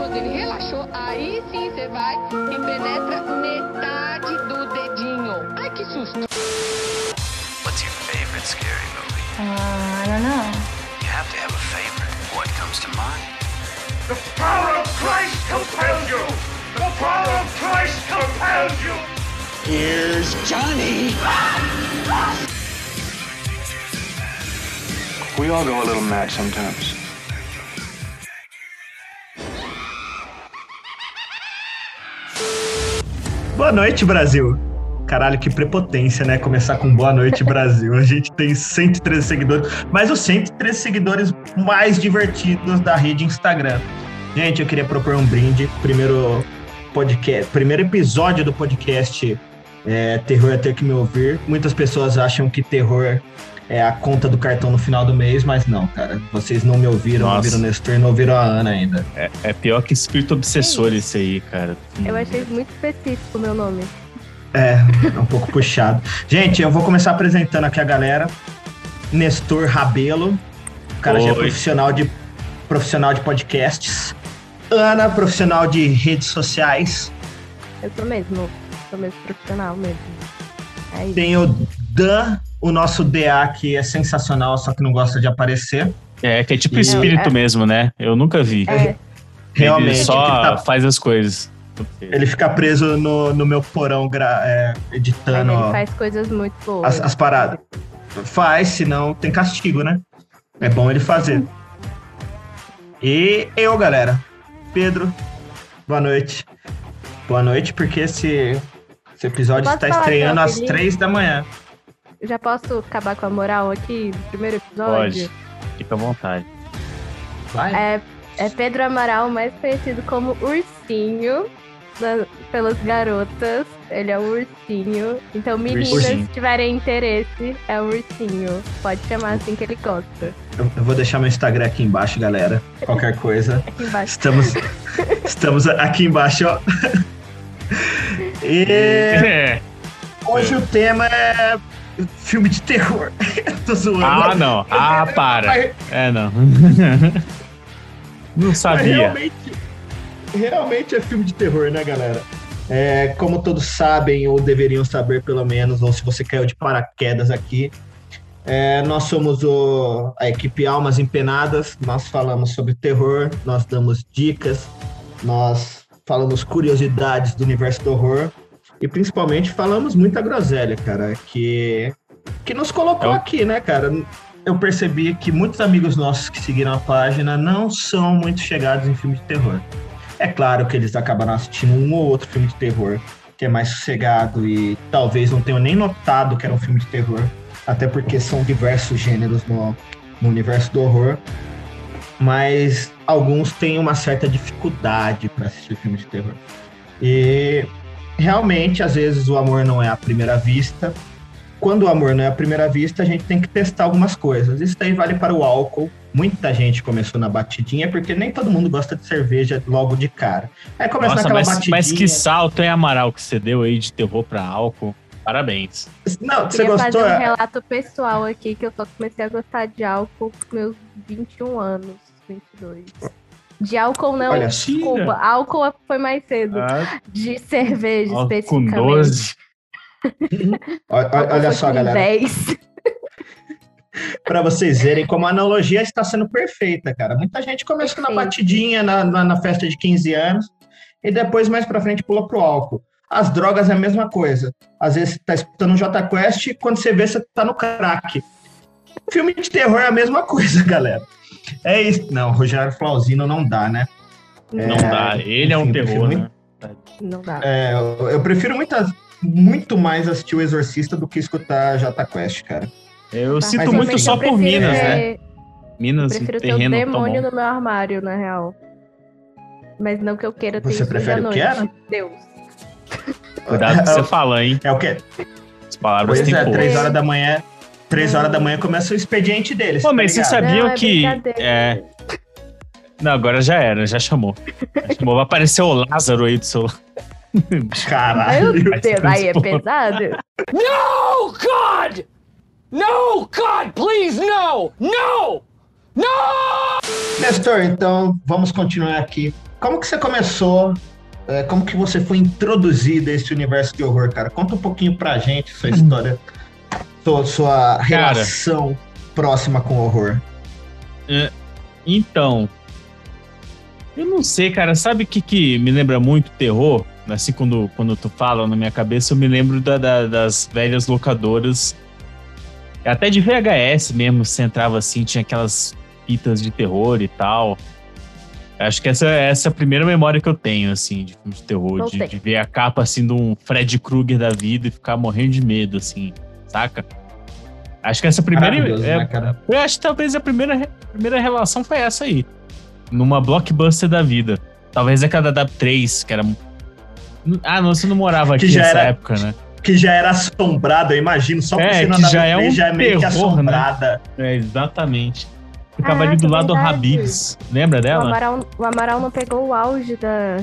Quando ele relaxou, aí sim você vai e penetra metade do dedinho. Ai, que susto. What's your favorite scary movie? I don't know. You have to have a favorite. What comes to mind? The power of Christ compels you! The power of Christ compels you! Here's Johnny! We all go a little mad sometimes. Boa noite, Brasil. Caralho, que prepotência, né? Começar com boa noite, Brasil. A gente tem 113 seguidores, mas os 113 seguidores mais divertidos da rede Instagram. Gente, eu queria propor um brinde. Primeiro episódio do podcast Terror é Ter Que Me Ouvir. Muitas pessoas acham que terror é a conta do cartão no final do mês, mas não, cara. Vocês não me ouviram, não ouviram o Nestor, não ouviram a Ana ainda. É pior que espírito obsessor isso aí, cara. Eu achei muito específico o meu nome. É um pouco puxado. Gente, eu vou começar apresentando aqui a galera. Nestor Rabelo, o cara já é profissional de podcasts. Ana, profissional de redes sociais. Eu sou mesmo profissional mesmo. É isso. Tem o Dan, o nosso DA, que é sensacional, só que não gosta de aparecer. Que é tipo espírito mesmo, né? Eu nunca vi. Realmente. Ele só faz as coisas. Ele fica preso no meu porão editando. Mas ele faz coisas muito boas. As paradas. Faz, senão tem castigo, né? É bom ele fazer. E eu, galera. Pedro, boa noite. Boa noite, porque esse episódio está estreando às 3 da manhã. Já posso acabar com a moral aqui do primeiro episódio? Pode. Fica à vontade. Vai. É Pedro Amaral, mais conhecido como Ursinho pelas garotas. Ele é o Ursinho. Então, meninas, se tiverem interesse, é o Ursinho. Pode chamar assim que ele gosta. Eu vou deixar meu Instagram aqui embaixo, galera. Qualquer coisa. Aqui embaixo. Estamos aqui embaixo, ó. E hoje o tema é filme de terror. Tô zoando. Ah, não. Ah, para. Não. Não sabia. Realmente é filme de terror, né, galera? Como todos sabem, ou deveriam saber pelo menos, ou se você caiu de paraquedas aqui, nós somos a equipe Almas Empenadas. Nós falamos sobre terror, nós damos dicas, nós falamos curiosidades do universo do horror e principalmente falamos muita groselha, cara, que nos colocou aqui, né, cara? Eu percebi que muitos amigos nossos que seguiram a página não são muito chegados em filme de terror. É claro que eles acabaram assistindo um ou outro filme de terror que é mais sossegado e talvez não tenham nem notado que era um filme de terror, até porque são diversos gêneros no universo do horror, mas alguns têm uma certa dificuldade para assistir filme de terror. E realmente, às vezes, o amor não é à primeira vista. Quando o amor não é à primeira vista, a gente tem que testar algumas coisas. Isso daí vale para o álcool. Muita gente começou na batidinha, porque nem todo mundo gosta de cerveja logo de cara. Aí começa naquela batidinha. Mas que salto, hein, Amaral, que você deu aí de terror para álcool. Parabéns. Não, você gostou? Fazer um relato pessoal aqui, que eu só comecei a gostar de álcool com meus 21 anos, 22. De álcool não, olha, desculpa. Álcool foi mais cedo. De cerveja, especificamente. Com 12. Olha só, galera. 10. Pra vocês verem como a analogia está sendo perfeita, cara. Muita gente começou na batidinha, na festa de 15 anos, e depois, mais pra frente, pula pro álcool. As drogas é a mesma coisa. Às vezes você tá escutando um Jota Quest e quando você vê, você tá no crack. Filme de terror é a mesma coisa, galera. É isso. Não, Rogério Flauzino não dá, né? Não dá. Ele é um terror, né? Não dá. Eu prefiro muito mais assistir o Exorcista do que escutar Jota Quest, cara. Eu sinto muito só por Minas, né? Minas, eu prefiro ter terreno o demônio no meu armário, na real. Mas não que eu queira ter isso hoje à noite. Deus. Cuidado com o que você fala, hein? É o quê? As palavras têm força. 3 horas da manhã. 3 horas da manhã começa o expediente deles. Pô, mas vocês sabiam que... Não, agora já era, já chamou. Vai aparecer o Lázaro aí do seu... Caralho. Meu Deus, aí é pesado. No, God! No, God, please, no! No! No! Nestor, então vamos continuar aqui. Como que você começou? Como que você foi introduzido a esse universo de horror, cara? Conta um pouquinho pra gente sua história, sua relação próxima com o horror. Então, eu não sei, cara. Sabe o que me lembra muito terror? Assim, quando tu fala na minha cabeça, eu me lembro das velhas locadoras. Até de VHS mesmo, você entrava assim, tinha aquelas fitas de terror e tal. Acho que essa é a primeira memória que eu tenho, assim, de filme de terror. De ver a capa, assim, de um Fred Krueger da vida e ficar morrendo de medo, assim, saca? Acho que essa primeira... né, cara? Eu acho que talvez a primeira relação foi essa aí. Numa blockbuster da vida. Talvez aquela da 3, que era... Ah, não, você não morava aqui nessa época, né? Que já era assombrada, eu imagino. Só por você não andar já 3, já é meio terror, que assombrada. Né? Exatamente. Ficava ali do lado do Habib's. Lembra dela? O Amaral não pegou o auge da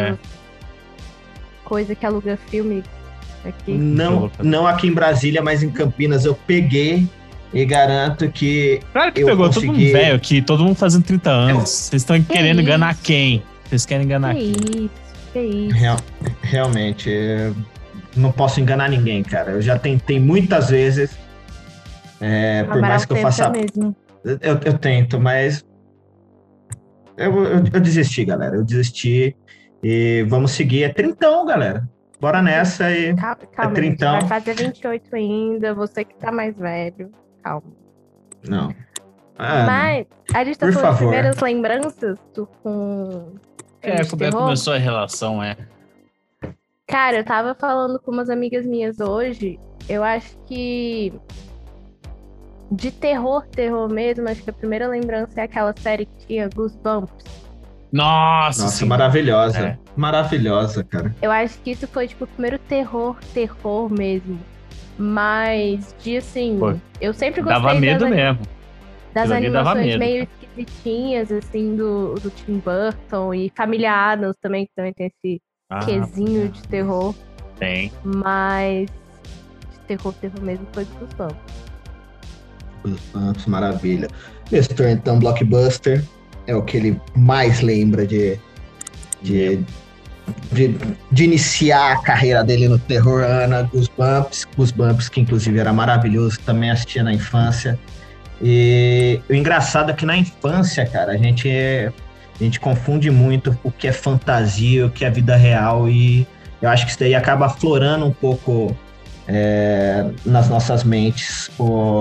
coisa que aluga filme aqui. Não aqui em Brasília, mas em Campinas eu peguei e garanto que claro que eu pegou, consegui... todo mundo velho aqui, todo mundo fazendo 30 anos. Vocês estão querendo enganar quem? Vocês querem enganar quem? Que isso. Realmente, não posso enganar ninguém, cara. Eu já tentei muitas vezes, por mais que eu faça... Mesmo. Eu tento, mas eu desisti, galera. Eu desisti e vamos seguir. É 30, galera. Bora nessa e calma, 30. Vai fazer 28 ainda, você que tá mais velho. Calma. Não. Mas a gente tá falando de primeiras lembranças com... como é que começou a relação, Cara, eu tava falando com umas amigas minhas hoje, eu acho que de terror mesmo, acho que a primeira lembrança é aquela série que tinha Goosebumps. Nossa, maravilhosa. Maravilhosa, cara. Eu acho que isso foi, tipo, o primeiro terror mesmo. Mas, assim, eu sempre gostei dava medo mesmo. Das animações meio esquisitinhas, assim, do Tim Burton e Família Addams também, que também tem esse quezinho de terror. Tem. Mas de terror mesmo foi Goosebumps. Goosebumps, maravilha. Nestor, então, blockbuster é o que ele mais lembra de iniciar a carreira dele no terror. Ana, Goosebumps, que inclusive era maravilhoso, também assistia na infância. E o engraçado é que na infância, cara, a gente confunde muito o que é fantasia, o que é vida real, e eu acho que isso daí acaba aflorando um pouco nas nossas mentes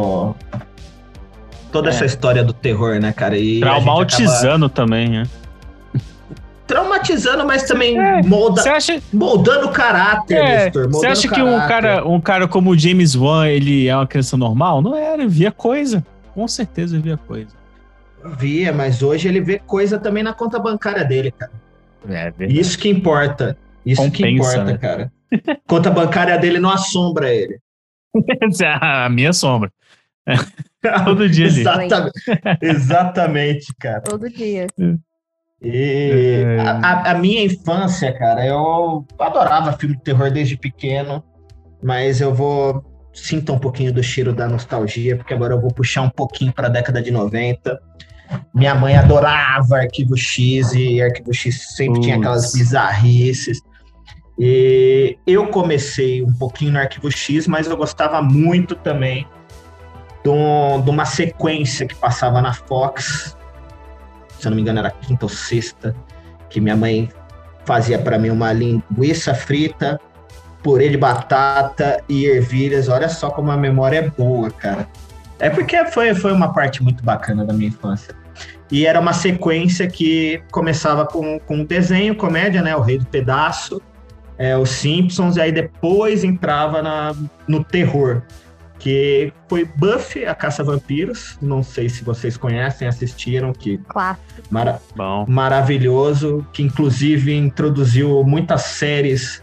toda essa história do terror, né, cara? E traumatizando também, né? Traumatizando, mas também moldando o caráter, Nestor. Você acha que um cara como o James Wan, ele é uma criança normal? Não era, ele via coisa. Com certeza ele via coisa. Via, mas hoje ele vê coisa também na conta bancária dele, cara. Verdade. Isso que importa. Né? Cara. Conta bancária dele não assombra ele. A minha sombra. Todo dia ali. Exatamente, cara. Todo dia. E a minha infância, cara, eu adorava filme de terror desde pequeno, mas eu sinto um pouquinho do cheiro da nostalgia, porque agora eu vou puxar um pouquinho para a década de 90. Minha mãe adorava Arquivo X, e Arquivo X sempre tinha aquelas bizarrices. E eu comecei um pouquinho no Arquivo X, mas eu gostava muito também de uma sequência que passava na Fox, se eu não me engano era quinta ou sexta, que minha mãe fazia para mim uma linguiça frita, purê de batata e ervilhas. Olha só como a memória é boa, cara. É porque foi uma parte muito bacana da minha infância. E era uma sequência que começava com um desenho, comédia, né? O Rei do Pedaço, os Simpsons, e aí depois entrava no terror, que foi Buffy, a Caça-Vampiros. Não sei se vocês conhecem, assistiram, que maravilhoso, que inclusive introduziu muitas séries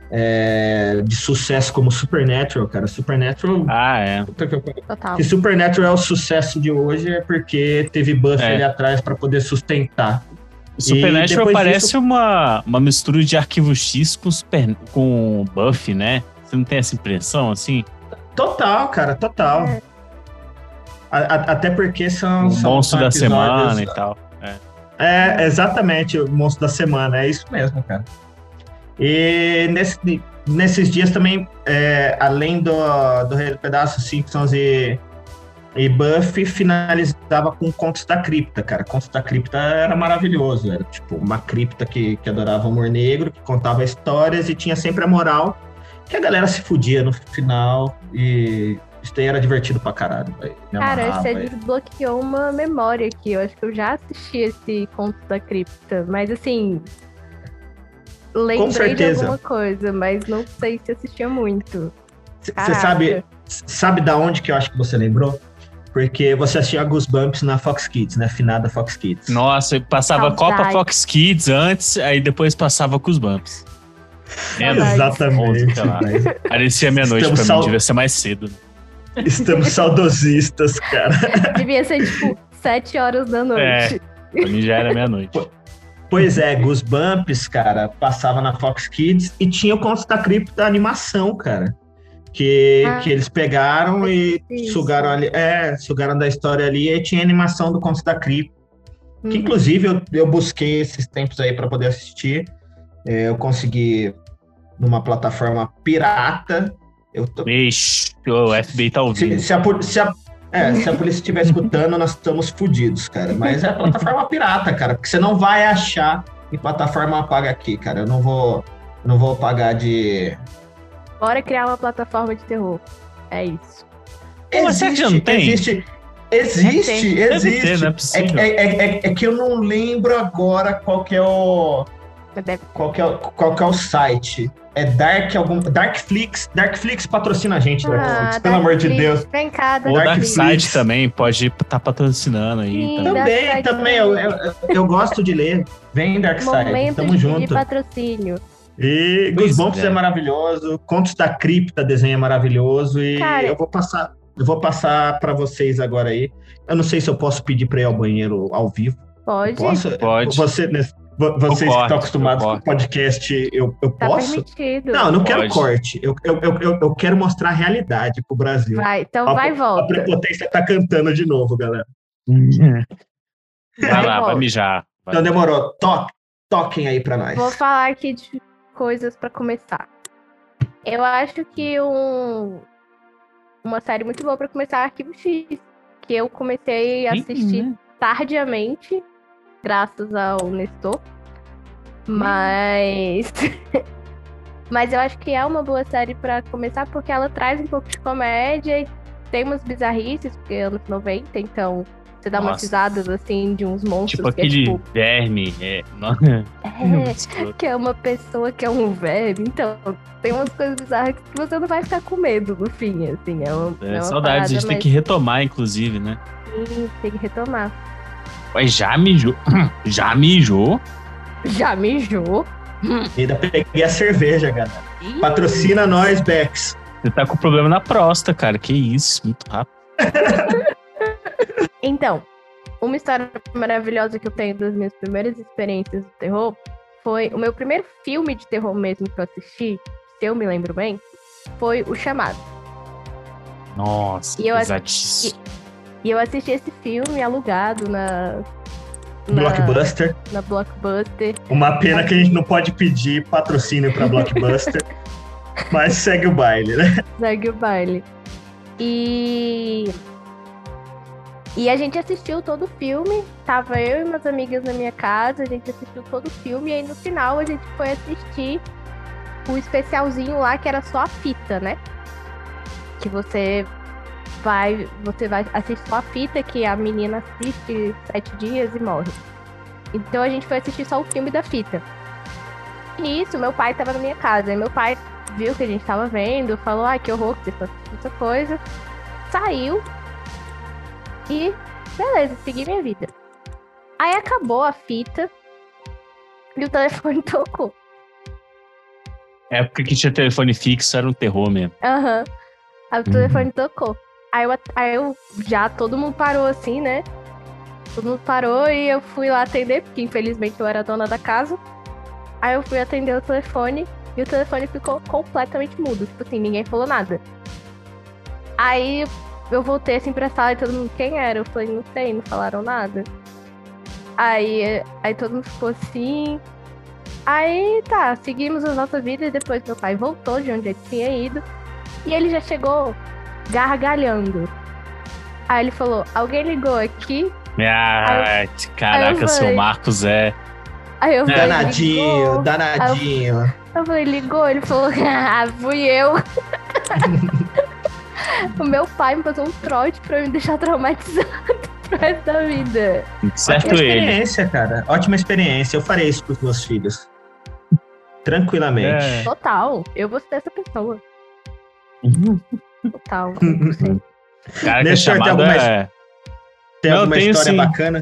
de sucesso como Supernatural, cara. Supernatural... Total. Se Supernatural é o sucesso de hoje é porque teve Buffy ali atrás para poder sustentar. Supernatural parece uma mistura de Arquivo X com Buffy, né? Você não tem essa impressão, assim? Total, cara, total. Até porque são monstro da semana e tal. Exatamente, o monstro da semana, é isso mesmo, cara. E nesses dias também, além do pedaço Simpsons e Buffy, finalizava com Contos da Cripta, cara. Contos da Cripta era maravilhoso, era tipo uma cripta que adorava humor negro, que contava histórias e tinha sempre a moral, que a galera se fudia no final, e isso daí era divertido pra caralho, véio. Cara, você desbloqueou uma memória aqui, eu acho que eu já assisti esse Contos da Cripta, mas assim... Lembrei de alguma coisa, mas não sei se assistia muito. Você sabe da onde que eu acho que você lembrou? Porque você assistia Goosebumps na Fox Kids, né? Finada Fox Kids. Nossa, passava Copa Fox Kids antes, aí depois passava Goosebumps. Exatamente. Parecia meia-noite pra mim, devia ser mais cedo. Estamos saudosistas, cara. Devia ser tipo 7 horas da noite. Pra mim já era meia-noite. Pois é, Goosebumps, cara, passava na Fox Kids e tinha o Contos da Cripta da animação, cara. Que eles pegaram e sugaram ali. Sugaram da história ali e tinha a animação do Contos da Cripta. Que inclusive eu busquei esses tempos aí pra poder assistir. Eu consegui numa plataforma pirata. Ixi, o FBI tá ouvindo. Se a polícia estiver escutando, nós estamos fodidos, cara. Mas é plataforma pirata, cara, porque você não vai achar em plataforma paga aqui, cara. Eu não vou pagar de... Bora criar uma plataforma de terror. É isso. Será que já não tem? Existe. Ter, não é possível. É que eu não lembro agora qual que é o site. É Darkflix. Darkflix patrocina a gente, Darkflix, pelo amor de Deus. Vem cá, o Darkside também pode estar patrocinando aí. Sim, também. Eu gosto de ler. Vem, Darkside, tamo junto. De patrocínio. E Goosebumps é maravilhoso, Contos da Cripta, desenho é maravilhoso, e cara, eu vou passar para vocês agora aí. Eu não sei se eu posso pedir para ir ao banheiro ao vivo. Pode. Pode. Vocês que estão acostumados com o podcast, eu posso? Permitido. Não quero corte. Eu quero mostrar a realidade pro Brasil. Vai e volta. A prepotência tá cantando de novo, galera. Vai lá, vai mijar. Então demorou. Toquem aí pra nós. Vou falar aqui de coisas pra começar. Eu acho que uma série muito boa pra começar é Arquivo X, que eu comecei a assistir tardiamente, graças ao Nestor. Mas eu acho que é uma boa série pra começar, porque ela traz um pouco de comédia e tem umas bizarrices, porque é anos 90, então você dá umas risadas, assim, de uns monstros. Tipo aquele verme. Que é uma pessoa que é um verme. Então, tem umas coisas bizarras que você não vai ficar com medo no fim, assim. É uma saudades, a gente tem que retomar, inclusive, né? Sim, tem que retomar. Mas já mijou? Já mijou? Já mijou? Ainda peguei a cerveja, galera. Patrocina nós, Bex. Você tá com problema na próstata, cara. Que isso, muito rápido. Então, uma história maravilhosa que eu tenho das minhas primeiras experiências de terror foi o meu primeiro filme de terror mesmo que eu assisti, se eu me lembro bem, foi O Chamado. Nossa, pesadíssimo. E eu assisti esse filme alugado na Blockbuster. Na Blockbuster. Uma pena que a gente não pode pedir patrocínio pra Blockbuster, mas segue o baile, né? Segue o baile. E a gente assistiu todo o filme, tava eu e umas amigas na minha casa, a gente assistiu todo o filme, e aí no final a gente foi assistir o especialzinho lá, que era só a fita, né? Que você vai assistir só a fita, que a menina assiste 7 dias e morre. Então a gente foi assistir só o filme da fita. E nisso, meu pai tava na minha casa, e meu pai viu que a gente tava vendo, falou, que horror que você tá assistindo essa coisa. Saiu. E, beleza, segui minha vida. Aí acabou a fita e o telefone tocou. Época que tinha telefone fixo, era um terror mesmo. Aí o telefone tocou. Aí eu já, todo mundo parou assim, né? Todo mundo parou e eu fui lá atender, porque infelizmente eu era a dona da casa. Aí eu fui atender o telefone e o telefone ficou completamente mudo. Tipo assim, ninguém falou nada. Aí eu voltei assim pra sala e todo mundo, quem era? Eu falei, não sei, não falaram nada. Aí todo mundo ficou assim. Aí tá, seguimos a nossa vida e depois meu pai voltou de onde ele tinha ido. E ele já chegou gargalhando. Aí ele falou, alguém ligou aqui? Caraca, seu Marcos é... Aí eu falei, danadinho. Eu falei, ligou? Ele falou, fui eu. O meu pai me passou um trote pra me deixar traumatizado pro resto da vida. Certo. Ótima experiência, cara. Ótima experiência. Eu farei isso pros meus filhos. Tranquilamente. Total. Eu vou ser essa pessoa. Total. Cara, Nesse tem alguma história sim. bacana?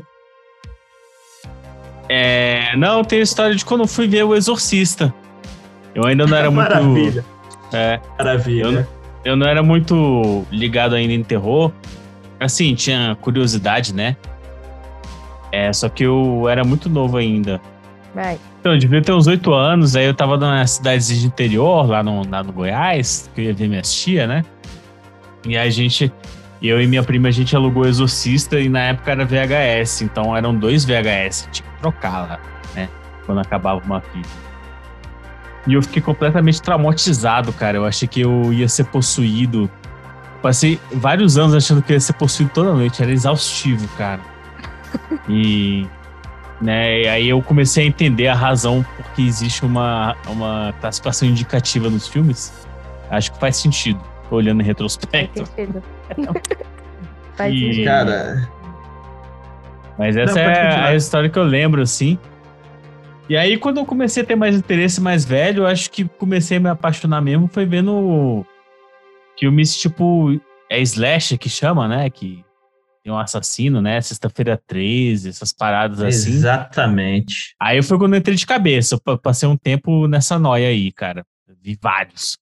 Não, tem história de quando eu fui ver O Exorcista. Eu ainda não era Maravilha. muito... Maravilha. Eu não era muito ligado ainda em terror. Assim, tinha curiosidade, né? Só que eu era muito novo ainda. Vai. Então, eu devia ter uns 8 anos. Aí eu tava numa cidade de interior, lá no Goiás, que eu ia ver minha tia, né? E a gente... Eu e minha prima, a gente alugou o Exorcista e na época era VHS. Então eram 2 VHS. Tinha que trocar lá, né? Quando acabava uma fita. E eu fiquei completamente traumatizado, cara. Eu achei que eu ia ser possuído. Passei vários anos achando que eu ia ser possuído toda noite. Era exaustivo, cara. E aí eu comecei a entender a razão porque existe uma classificação indicativa nos filmes. Acho que faz sentido, olhando em retrospecto. Faz sentido. Cara... Mas essa é a história que eu lembro, assim. E aí, quando eu comecei a ter mais interesse mais velho, eu acho que comecei a me apaixonar mesmo, foi vendo filmes tipo... slasher que chama, né? Que tem um assassino, né? Sexta-feira 13, essas paradas assim. Exatamente. Aí foi quando eu entrei de cabeça. Eu passei um tempo nessa noia aí, cara. Vi vários.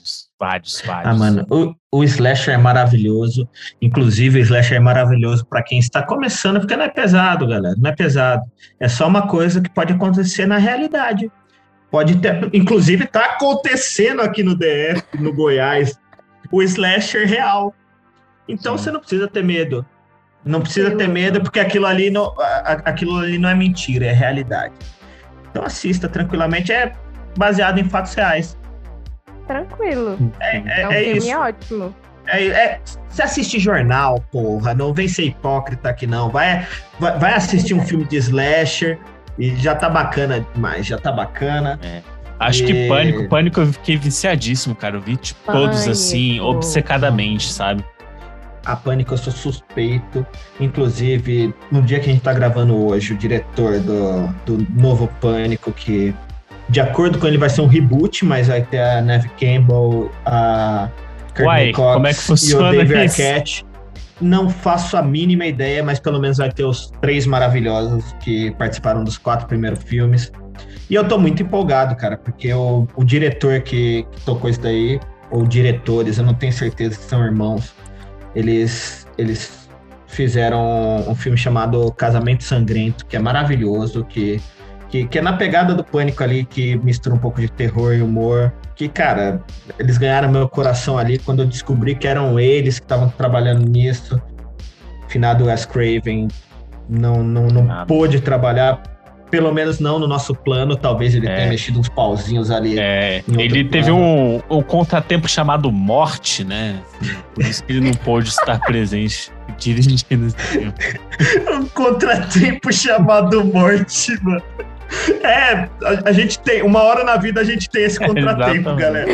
Ah, mano, o slasher é maravilhoso. Inclusive, o slasher é maravilhoso pra quem está começando, porque não é pesado, galera. Não é pesado. É só uma coisa que pode acontecer na realidade. Pode ter... Inclusive, tá acontecendo aqui no DF, no Goiás, o slasher real. Então, você não precisa ter medo. Não precisa ter medo, porque aquilo ali não é mentira, é realidade. Então, assista tranquilamente. É baseado em fatos reais. Tranquilo. É um filme isso. ótimo. Você assiste jornal, porra. Não vem ser hipócrita aqui, não. Vai assistir um filme de slasher e já tá bacana demais. Já tá bacana. Acho que Pânico eu fiquei viciadíssimo, cara. Eu vi todos assim, obcecadamente, sabe? A Pânico eu sou suspeito. Inclusive, no dia que a gente tá gravando hoje, o diretor do novo Pânico, que de acordo com ele vai ser um reboot, mas vai ter a Neve Campbell, a Courtney Cox como é que funciona e o David isso? Arquette. Não faço a mínima ideia, mas pelo menos vai ter os 3 maravilhosos que participaram dos 4 primeiros filmes. E eu tô muito empolgado, cara, porque o diretor que tocou isso daí, ou diretores, eu não tenho certeza que são irmãos, eles fizeram um filme chamado Casamento Sangrento, que é maravilhoso, que é na pegada do Pânico ali, que mistura um pouco de terror e humor, que, cara, eles ganharam meu coração ali quando eu descobri que eram eles que estavam trabalhando nisso. Finado Wes Craven não pôde trabalhar, pelo menos não no nosso plano, talvez ele tenha mexido uns pauzinhos ali. Ele teve um contratempo chamado Morte, né? Por isso que ele não pôde estar presente dirigindo esse filme. Um contratempo chamado Morte, mano. A gente tem, uma hora na vida a gente tem esse contratempo, galera.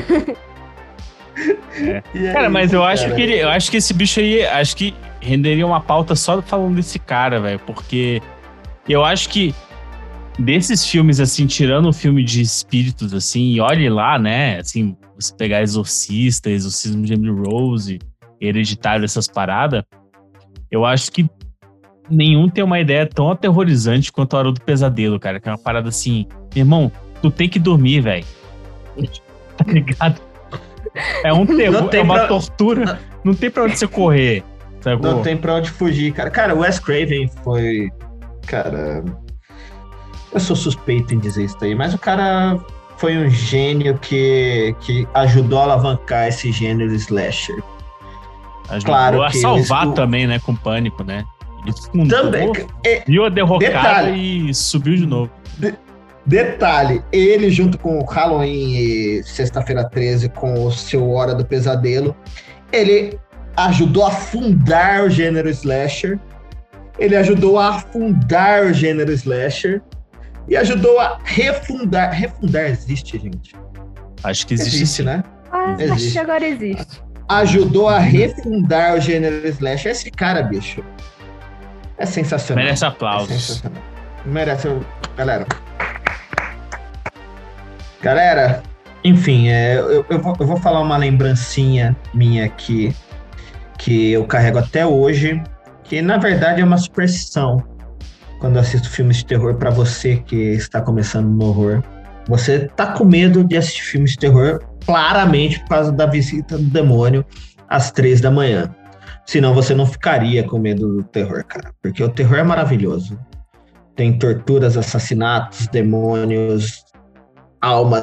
Cara, mas eu acho que esse bicho aí, acho que renderia uma pauta só falando desse cara, velho, porque eu acho que desses filmes, assim, tirando o filme de espíritos, assim, e olhe lá, né, assim, você pegar Exorcismo de Emily Rose, Hereditário, essas paradas, eu acho que nenhum tem uma ideia tão aterrorizante quanto a Hora do Pesadelo, cara, que é uma parada assim, meu irmão, tu tem que dormir, velho. Tá ligado? É um terror, é uma tortura, não tem pra onde você correr. Sacou? Não tem pra onde fugir, cara. Cara, o Wes Craven foi... Cara, eu sou suspeito em dizer isso aí, mas o cara foi um gênio que ajudou a alavancar esse gênero slasher. Ajudou a salvar também, né, com Pânico, né? Ele fundou, Também. viu a derrocada Detalhe. e subiu de novo. Detalhe, ele junto com o Halloween e Sexta-feira 13 com o seu Hora do Pesadelo, ele ajudou a fundar o gênero slasher, ele ajudou a afundar o gênero slasher e ajudou a refundar. Refundar existe, gente? Acho que existe sim. né? Acho Existe. que agora existe. Ajudou a refundar o gênero slasher. Esse cara, bicho, é sensacional. Merece aplausos. É sensacional. Merece, Galera, enfim, eu vou falar uma lembrancinha minha aqui, que eu carrego até hoje, que na verdade é uma superstição. Quando eu assisto filmes de terror, para você que está começando no horror, você tá com medo de assistir filmes de terror claramente por causa da visita do demônio às 3 da manhã. Senão você não ficaria com medo do terror, cara. Porque o terror é maravilhoso. Tem torturas, assassinatos, demônios, almas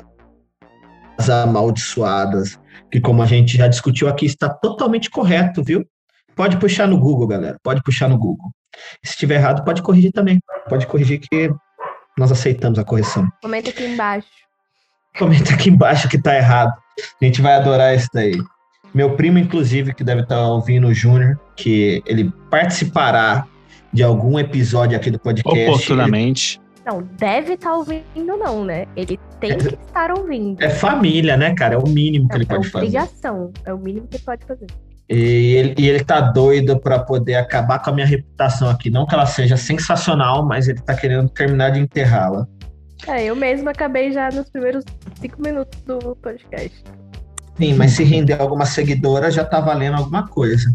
amaldiçoadas, que como a gente já discutiu aqui, está totalmente correto, viu? Pode puxar no Google, galera. Pode puxar no Google. Se estiver errado, pode corrigir também. Pode corrigir que nós aceitamos a correção. Comenta aqui embaixo. Comenta aqui embaixo que tá errado. A gente vai adorar isso daí. Meu primo, inclusive, que deve estar ouvindo, o Júnior, que ele participará de algum episódio aqui do podcast. Oportunamente. Não, deve estar ouvindo não, né? Ele tem que estar ouvindo. É família, né, cara? É o mínimo que ele pode fazer. É obrigação. É o mínimo que ele pode fazer. E ele tá doido pra poder acabar com a minha reputação aqui. Não que ela seja sensacional, mas ele tá querendo terminar de enterrá-la. Eu mesmo acabei já nos primeiros 5 minutos do podcast. Sim, mas se render alguma seguidora, já tá valendo alguma coisa.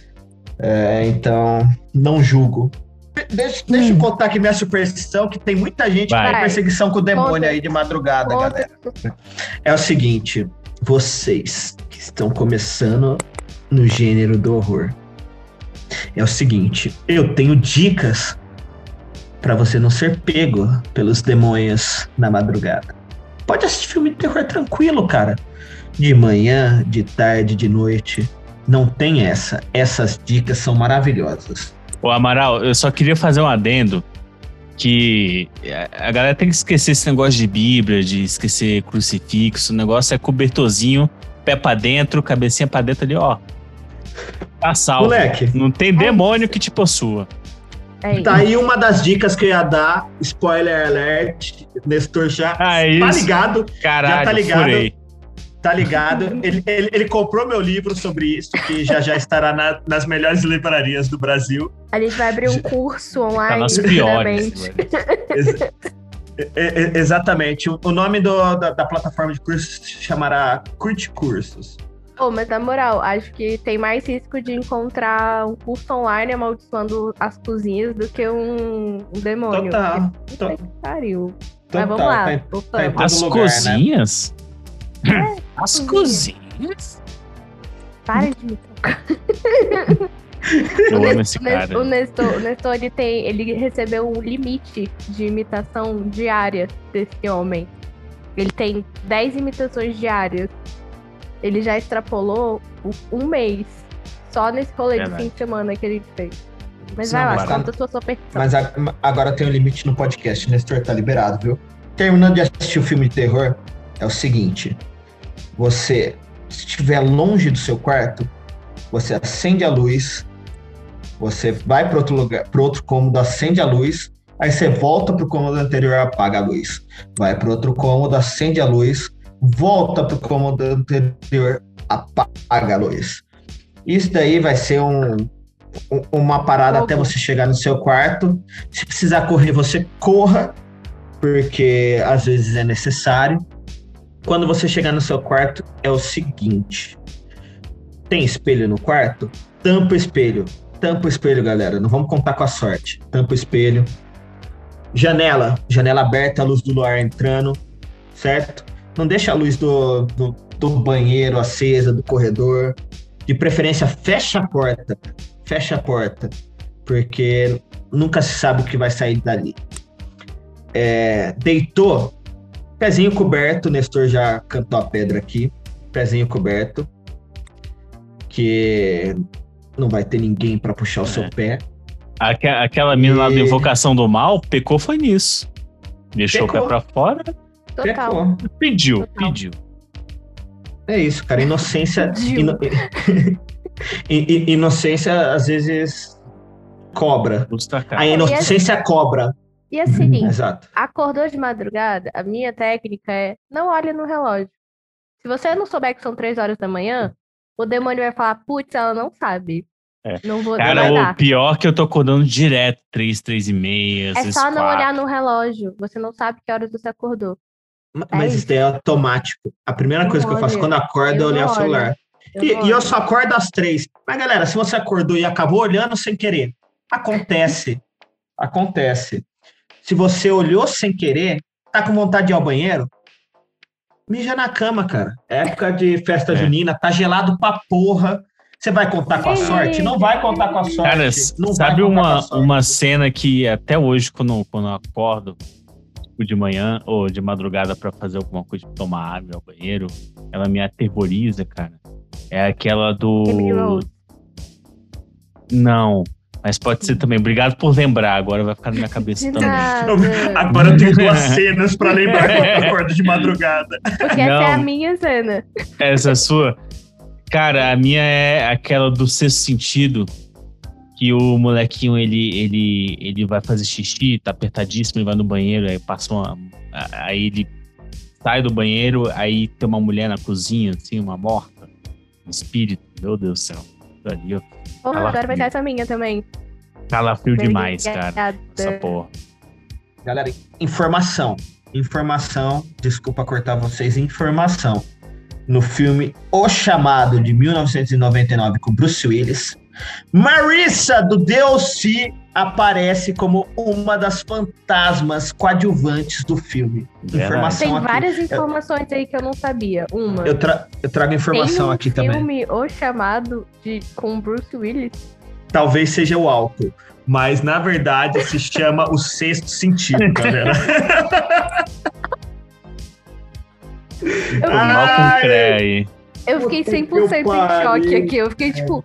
Então, não julgo. Deixa eu contar aqui minha superstição, que tem muita gente que tem perseguição com o demônio aí de madrugada, galera. É o seguinte, vocês que estão começando no gênero do horror, é o seguinte, eu tenho dicas pra você não ser pego pelos demônios na madrugada. Pode assistir filme de terror tranquilo, cara. De manhã, de tarde, de noite. Não tem essa. Essas dicas são maravilhosas. Ô, Amaral, eu só queria fazer um adendo que a galera tem que esquecer esse negócio de Bíblia, de esquecer crucifixo. O negócio é cobertorzinho, pé pra dentro, cabecinha pra dentro ali, ó. Tá salvo. Moleque. Não tem demônio que te possua. Tá aí uma das dicas que eu ia dar. Spoiler alert. Nestor já tá ligado. Caralho, já tá ligado. Furei. Tá ligado? Ele comprou meu livro sobre isso, que já estará nas melhores livrarias do Brasil. A gente vai abrir um curso online. Tá nas piores. Exatamente. O nome da plataforma de cursos se chamará Curte Cursos. Mas na moral, acho que tem mais risco de encontrar um curso online amaldiçoando as cozinhas do que um demônio. Total. Pariu. Mas vamos lá. Tá as lugar, cozinhas? Né? As cozinhas? Para de me tocar. Eu amo esse cara. O Nestor ele recebeu um limite de imitação diária desse homem. Ele tem 10 imitações diárias. Ele já extrapolou um mês só nesse rolê de fim de semana que ele fez. Mas vai lá, conta a sua superstição. Mas agora tem um limite no podcast. Nestor tá liberado, viu? Terminando de assistir o filme de terror, é o seguinte. Você, se estiver longe do seu quarto, você acende a luz, você vai para outro lugar, para outro cômodo, acende a luz, aí você volta pro cômodo anterior, apaga a luz. Vai para outro cômodo, acende a luz, volta pro cômodo anterior, apaga a luz. Isso daí vai ser uma parada até você chegar no seu quarto. Se precisar correr, você corra, porque às vezes é necessário. Quando você chegar no seu quarto, é o seguinte. Tem espelho no quarto? Tampa o espelho. Tampa o espelho, galera. Não vamos contar com a sorte. Tampa o espelho. Janela aberta, a luz do luar entrando, certo? Não deixa a luz do banheiro acesa, do corredor. De preferência, fecha a porta. Fecha a porta. Porque nunca se sabe o que vai sair dali. Deitou, pezinho coberto. Nestor já cantou a pedra aqui. Pezinho coberto. Que não vai ter ninguém para puxar o seu pé. Aquela mina lá da Invocação do Mal pecou foi nisso. Deixou o pé pra fora. Total. Pediu. É isso, cara. Inocência. Inocência às vezes cobra. A inocência cobra. E assim, Exato. Acordou de madrugada, a minha técnica é não olhe no relógio. Se você não souber que são 3 horas da manhã, o demônio vai falar, putz, ela não sabe. Não vou Cara, o pior é que eu tô acordando direto, 3h30, É só não olhar no relógio. Você não sabe que horas você acordou. Mas isso daí é automático. A primeira coisa que eu faço quando acordo é olhar o celular. E eu só acordo às 3. Mas, galera, se você acordou e acabou olhando sem querer, acontece. Se você olhou sem querer, tá com vontade de ir ao banheiro, mija na cama, cara. É época de festa junina, tá gelado pra porra. Você vai contar com a sorte? Não vai contar com a sorte. Cara, sabe uma cena que até hoje, quando eu acordo, de manhã ou de madrugada pra fazer alguma coisa, tomar água ao banheiro, ela me aterroriza, cara. É aquela do... Não, mas pode ser também. Obrigado por lembrar, agora vai ficar na minha cabeça também. Agora eu tenho 2 cenas pra lembrar quando eu acordo de madrugada. Porque essa é a minha cena. Essa é a sua? Cara, a minha é aquela do Sexto Sentido, que o molequinho, ele vai fazer xixi, tá apertadíssimo, ele vai no banheiro, aí passa aí ele sai do banheiro, aí tem uma mulher na cozinha, assim, uma morta, um espírito, meu Deus do céu. Ali, porra, agora vai ser essa minha também. Calafrio demais, cara, essa porra. Galera, informação, desculpa cortar vocês, informação. No filme O Chamado, de 1999, com Bruce Willis, Marissa, do DLC, aparece como uma das fantasmas coadjuvantes do filme. Informação Tem aqui. Várias informações aí que eu não sabia. Uma. Eu trago informação aqui também. Tem um filme O Chamado com Bruce Willis. Talvez seja o álcool, mas na verdade se chama O Sexto Sentido, galera. Eu fiquei 100% em choque aqui. Eu fiquei tipo...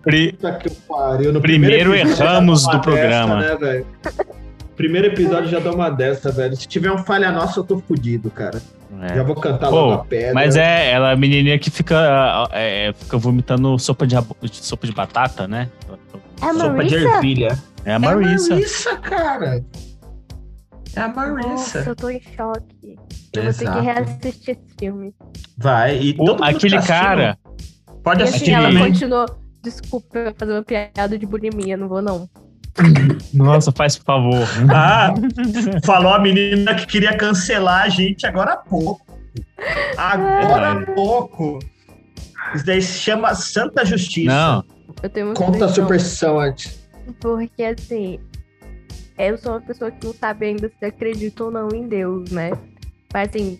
Primeiro erramos do programa. Dessa, né, primeiro episódio já dá uma dessa, velho. Se tiver um falha nossa, eu tô fudido, cara. Já vou cantar logo a pedra. Mas ela é a menininha que fica vomitando sopa de batata, né? É a sopa de ervilha. É a Marissa. É a Marissa, cara. É a Marissa. Nossa, eu tô em choque. Eu vou ter que reassistir esse filme. Vai. E aquele cara... Pode assistir. Ela continuou... Desculpa, eu vou fazer uma piada de bulimia. Não vou, não. Nossa, faz por favor. Falou a menina que queria cancelar a gente agora há pouco. Agora há pouco. Isso daí se chama Santa Justiça. Não. Eu tenho uma Conta a superstição antes. Porque, assim... Eu sou uma pessoa que não sabe ainda se acredita ou não em Deus, né? Mas, assim,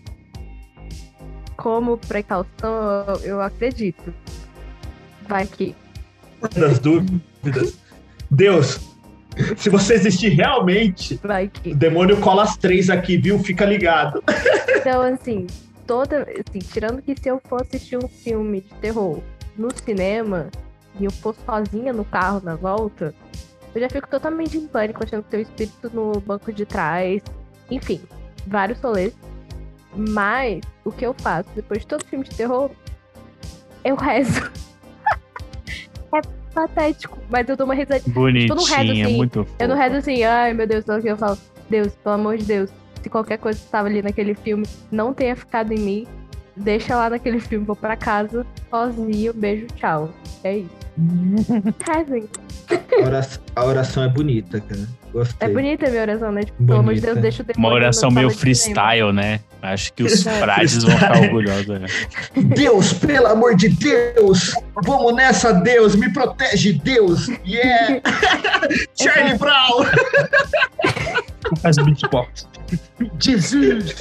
como precaução, eu acredito. Vai que... Das dúvidas. Deus, se você existir realmente, vai que... o demônio cola as 3 aqui, viu? Fica ligado. Então, assim, tirando que se eu for assistir um filme de terror no cinema e eu for sozinha no carro na volta... Eu já fico totalmente em pânico, achando que tem um espírito no banco de trás. Enfim, vários rolês. Mas, o que eu faço? Depois de todo filme de terror, eu rezo. É patético, mas eu dou uma risadinha. Bonitinha, eu não rezo assim, muito fofo. Eu não rezo assim, ai meu Deus, eu falo, Deus, pelo amor de Deus, se qualquer coisa que estava ali naquele filme não tenha ficado em mim, deixa lá naquele filme, vou pra casa, sozinho, beijo, tchau. É isso. Rezem. A oração é bonita, cara. Gostei. É bonita a minha oração, né? Tipo, pelo amor de Deus, deixa o demônio. Uma oração meio freestyle, né? Acho que os frades vão ficar orgulhosos, né? Deus, pelo amor de Deus! Vamos nessa, Deus! Me protege, Deus! Yeah! Charlie Brown! Faz beatbox. Jesus!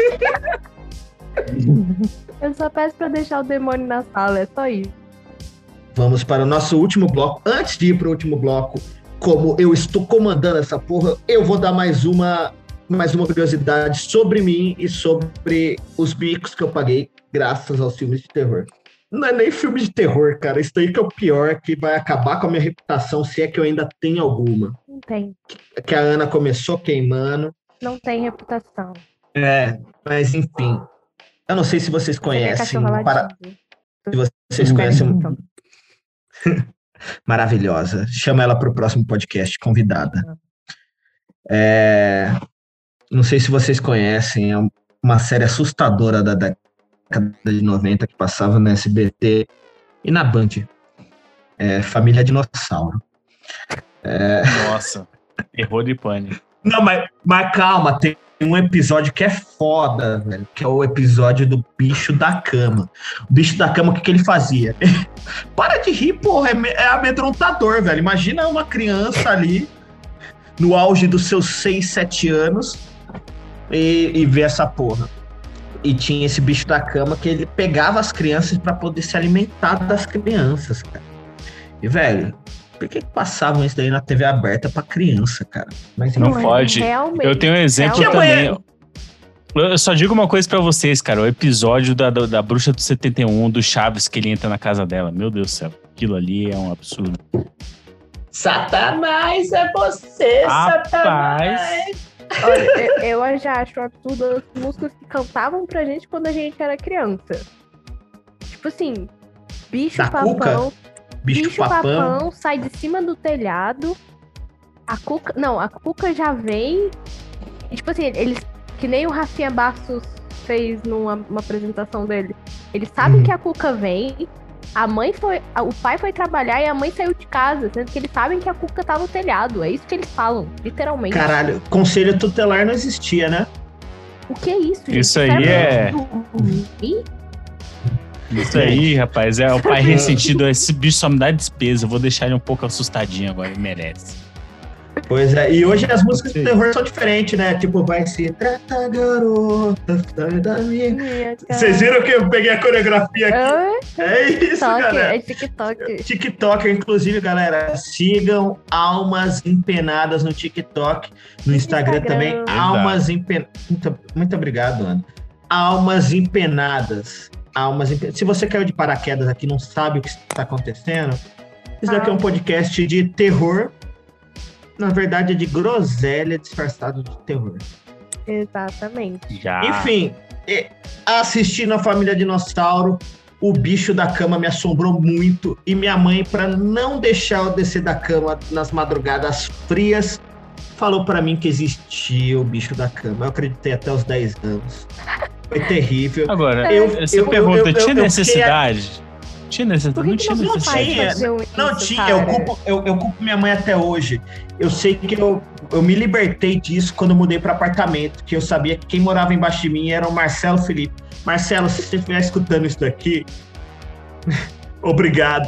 Eu só peço pra deixar o demônio na sala, é só isso. Vamos para o nosso último bloco. Antes de ir para o último bloco, como eu estou comandando essa porra, eu vou dar mais uma curiosidade sobre mim e sobre os bicos que eu paguei graças aos filmes de terror. Não é nem filme de terror, cara. Isso aí que é o pior, que vai acabar com a minha reputação, se é que eu ainda tenho alguma. tem. Que a Ana começou queimando. Não tem reputação. Mas enfim. Eu não sei se vocês conhecem. Se vocês Então. conhecem. Maravilhosa. Chama ela para o próximo podcast, convidada. Não sei se vocês conhecem, é uma série assustadora da década de 90 que passava na SBT e na Band. Família Dinossauro. Nossa, terror de pânico. Não, mas calma, tem um episódio que é foda, velho, que é o episódio do bicho da cama. O bicho da cama, o que ele fazia? Para de rir, porra, é amedrontador, velho. Imagina uma criança ali, no auge dos seus 6, 7 anos, e ver essa porra. E tinha esse bicho da cama que ele pegava as crianças pra poder se alimentar das crianças, cara. E, velho, por que passavam isso daí na TV aberta pra criança, cara? Mas não pode. Realmente, eu tenho um exemplo também. Eu só digo uma coisa pra vocês, cara. O episódio da Bruxa do 71, do Chaves, que ele entra na casa dela. Meu Deus do céu. Aquilo ali é um absurdo. Satanás, é você, Rapaz. Satanás. Olha, eu já acho absurdo as músicas que cantavam pra gente quando a gente era criança. Tipo assim, bicho Da papão. Cuca? Bicho papão. Sai de cima do telhado. A Cuca já vem. E, tipo assim, eles. Que nem o Rafinha Bastos fez numa apresentação dele. Eles sabem que a Cuca vem. O pai foi trabalhar e a mãe saiu de casa, sendo que eles sabem que a Cuca tá no telhado. É isso que eles falam, literalmente. Caralho, conselho tutelar não existia, né? O que é isso, gente? Isso aí é. Isso aí, rapaz, é o pai ressentido. Esse bicho só me dá despesa. Eu vou deixar ele um pouco assustadinho agora, ele merece. Pois é, e hoje as músicas de terror são diferentes, né? Tipo, vai se trata, garota, sai da minha. Vocês viram que eu peguei a coreografia aqui? É isso, galera. É TikTok. TikTok, inclusive, galera, sigam Almas Empenadas no TikTok, no Instagram também. Exato. Almas Empenadas. Muito obrigado, Ana. Almas Empenadas. Se você caiu de paraquedas aqui e não sabe o que está acontecendo, isso daqui é um podcast de terror. Na verdade, é de groselha disfarçado de terror. Exatamente. Já. Enfim, assistindo a Família Dinossauro, o bicho da cama me assombrou muito. E minha mãe, para não deixar eu descer da cama nas madrugadas frias, falou para mim que existia o bicho da cama. Eu acreditei até os 10 anos. Foi terrível. Agora, você pergunta, tinha necessidade? Tinha necessidade? Não tinha necessidade. Não tinha, eu culpo minha mãe até hoje. Eu sei que eu me libertei disso quando eu mudei para apartamento, que eu sabia que quem morava embaixo de mim era o Marcelo Felipe. Marcelo, se você estiver escutando isso daqui, obrigado.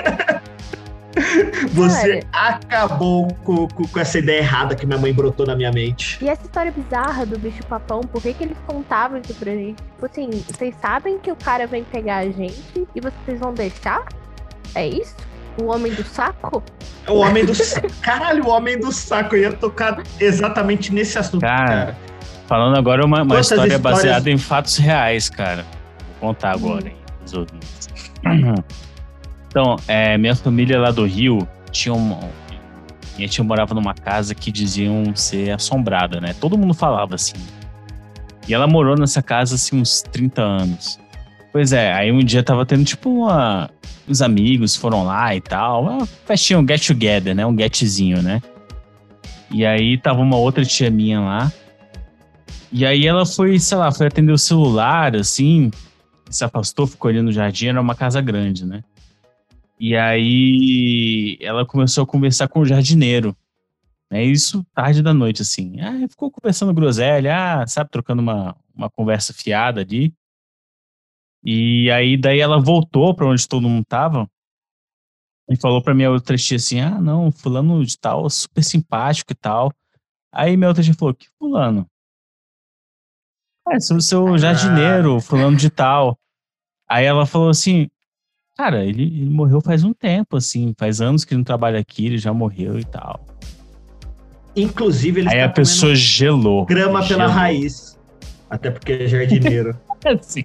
Você acabou com essa ideia errada que minha mãe brotou na minha mente. E essa história bizarra do bicho papão, por que eles contavam isso pra gente? Tipo assim, vocês sabem que o cara vem pegar a gente e vocês vão deixar? É isso? O homem do saco? O homem do saco. Caralho, o homem do saco. Eu ia tocar exatamente nesse assunto, cara. Falando agora uma história baseada em fatos reais, cara. Vou contar agora, hein, os ouvintes. Então, minha família lá do Rio minha tia morava numa casa que diziam ser assombrada, né? Todo mundo falava assim. E ela morou nessa casa, assim, uns 30 anos. Pois é, aí um dia tava tendo, tipo, uns amigos foram lá e tal. Uma festinha, um get together, né? Um getzinho, né? E aí tava uma outra tia minha lá. E aí ela foi, sei lá, foi atender o celular, assim. Se afastou, ficou ali no jardim, era uma casa grande, né? E aí ela começou a conversar com o jardineiro. Isso tarde da noite, assim. Ficou conversando groselha, sabe, trocando uma conversa fiada ali. E aí daí ela voltou pra onde todo mundo tava e falou pra minha outra tia assim, não, fulano de tal, super simpático e tal. Aí minha outra tia falou, que fulano? Sobre o seu jardineiro, fulano de tal. Aí ela falou assim, cara, ele morreu faz um tempo, assim, faz anos que ele não trabalha aqui, ele já morreu e tal. Inclusive, ele aí a pessoa gelou. Grama pela raiz. Até porque é jardineiro. Sim.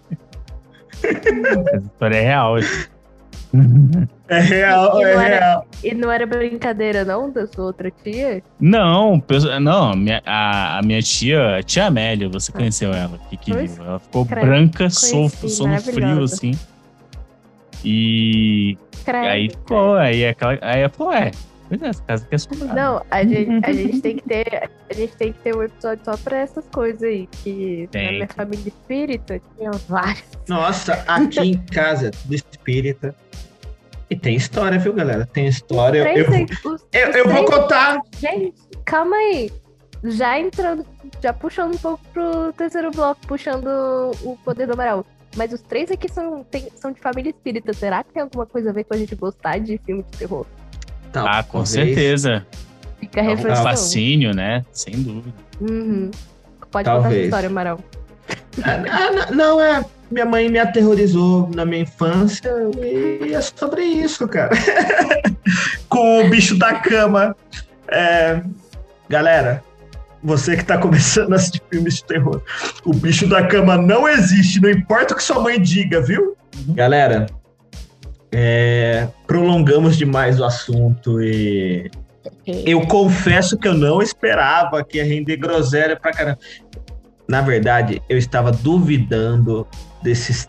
Essa história é real. É real. E não era brincadeira, não, da sua outra tia? Não, a minha tia, a tia Amélia, você conheceu ela, que viu. Ela ficou branca, sono frio, assim. E aí ficou, aí ela falou, pois é, essa casa aqui é assombrada. Não, a gente tem que ter um episódio só pra essas coisas aí, que na minha família espírita tinha vários. Nossa, aqui em casa é tudo espírita. E tem história, viu, galera? Tem história. Eu vou contar. Gente, calma aí. Já puxando um pouco pro terceiro bloco, puxando o poder do Amaral. Mas os 3 aqui são de família espírita. Será que tem alguma coisa a ver com a gente gostar de filme de terror? Com certeza. Fica a reflexão. Fascínio, né? Sem dúvida. Uhum. Pode contar essa história, Amaral. Não, minha mãe me aterrorizou na minha infância e é sobre isso, cara. Com o bicho da cama. Galera, você que tá começando a assistir filmes de terror, o bicho da cama não existe, não importa o que sua mãe diga, viu? Galera, prolongamos demais o assunto e eu confesso que eu não esperava que ia render groselha pra caramba. Na verdade, eu estava duvidando desses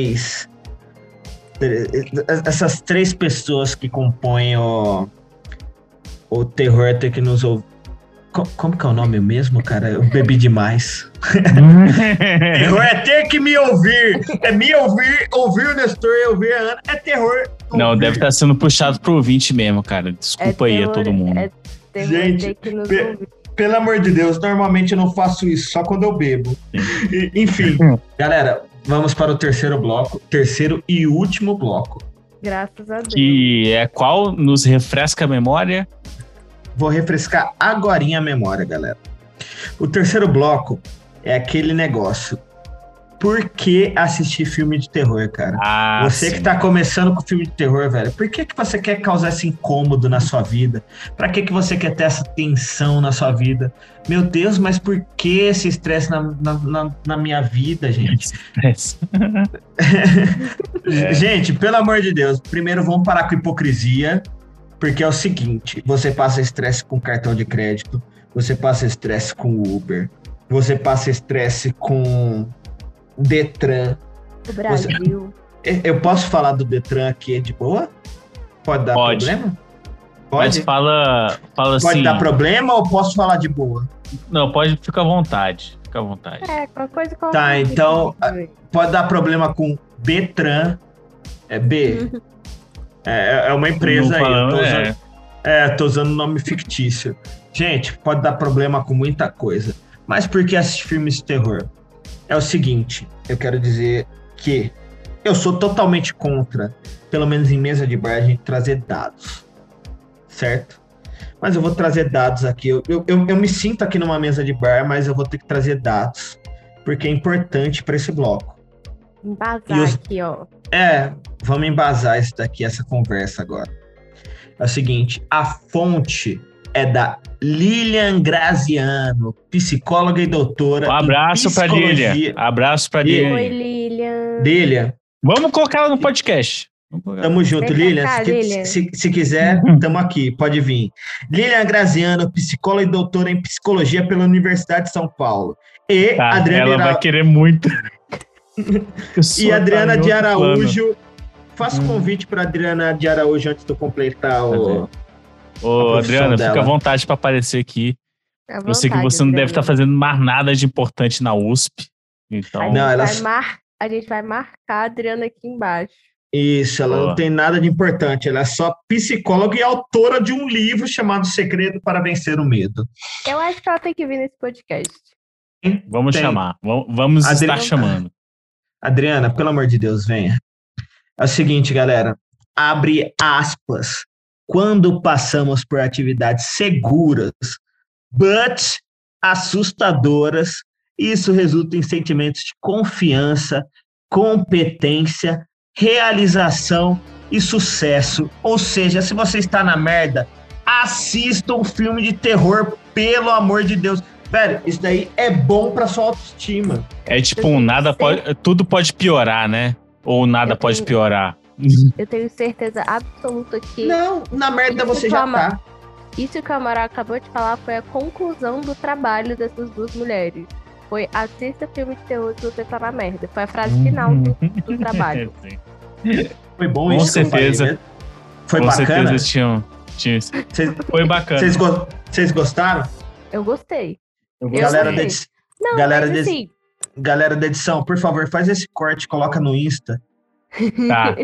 essas 3 pessoas que compõem o terror ter que nos ouvir. Como que é o nome mesmo, cara? Eu bebi demais. Terror é ter que me ouvir. É me ouvir o Nestor e ouvir a Ana. É terror. Não, deve estar sendo puxado pro ouvinte mesmo, cara. Desculpa aí a todo mundo. Gente, pelo amor de Deus, normalmente eu não faço isso, só quando eu bebo. Enfim, galera, vamos para o terceiro bloco. Terceiro e último bloco. Graças a Deus. Que é qual? Nos refresca a memória? Vou refrescar agorinha a memória, galera. O terceiro bloco é aquele negócio. Por que assistir filme de terror, cara? Você sim. Que tá começando com filme de terror, velho, por que você quer causar esse incômodo na sua vida? Pra que você quer ter essa tensão na sua vida? Meu Deus, mas por que esse estresse na minha vida, gente? Gente, pelo amor de Deus, primeiro vamos parar com hipocrisia, porque é o seguinte, você passa estresse com cartão de crédito, você passa estresse com Uber, você passa estresse com Detran. O Brasil. Eu posso falar do Detran aqui de boa? Pode dar problema? Pode? Mas fala assim... Pode dar problema ou posso falar de boa? Não, pode, fica à vontade. Fica à vontade. Qualquer coisa com Tá, então pode dar problema com Betran. É B. É uma empresa aí. Tô usando nome fictício. Gente, pode dar problema com muita coisa. Mas por que assistir filmes de terror? É o seguinte, eu quero dizer que eu sou totalmente contra, pelo menos em mesa de bar, a gente trazer dados, certo? Mas eu vou trazer dados aqui, eu me sinto aqui numa mesa de bar, mas eu vou ter que trazer dados, porque é importante para esse bloco. Embasar aqui, ó. Vamos embasar isso daqui, essa conversa agora. É o seguinte, a fonte é da Lilian Graziano, psicóloga e doutora. Um abraço pra Lilian. Abraço pra Lilian. Oi, Lilian. Lilian. Vamos colocar ela no podcast. Tamo junto, Lilian. Se quiser, tamo aqui, pode vir. Lilian Graziano, psicóloga e doutora em psicologia pela Universidade de São Paulo. E Adriana vai querer muito. E Adriana de Araújo. Faça convite para Adriana de Araújo antes de eu completar o... Adriana, fica à vontade para aparecer aqui. Eu sei que você não deve estar fazendo mais nada de importante na USP. Então... A gente vai marcar a Adriana aqui embaixo. Isso, ela não tem nada de importante. Ela é só psicóloga e autora de um livro chamado Segredo para Vencer o Medo. Eu acho que ela tem que vir nesse podcast. Vamos chamar. Vamos estar chamando. Adriana, pelo amor de Deus, venha. É o seguinte, galera. Abre aspas. Quando passamos por atividades seguras, but assustadoras, isso resulta em sentimentos de confiança, competência, realização e sucesso. Ou seja, se você está na merda, assista um filme de terror, pelo amor de Deus. Velho, isso daí é bom pra sua autoestima. É tipo, tudo pode piorar, né? Ou nada pode piorar. Eu tenho certeza absoluta que... Não, na merda você já tá. Isso que o Amaral acabou de falar foi a conclusão do trabalho dessas duas mulheres. Foi assista filme de terror se você tá na merda. Foi a frase final do trabalho. Foi bom Com isso certeza. que eu falei, né? Foi Com bacana? certeza tinha isso. Foi bacana. Vocês gostaram? Eu gostei. Galera da Não, galera, mas assim... galera da edição, por favor, faz esse corte, coloca no Insta. Tá.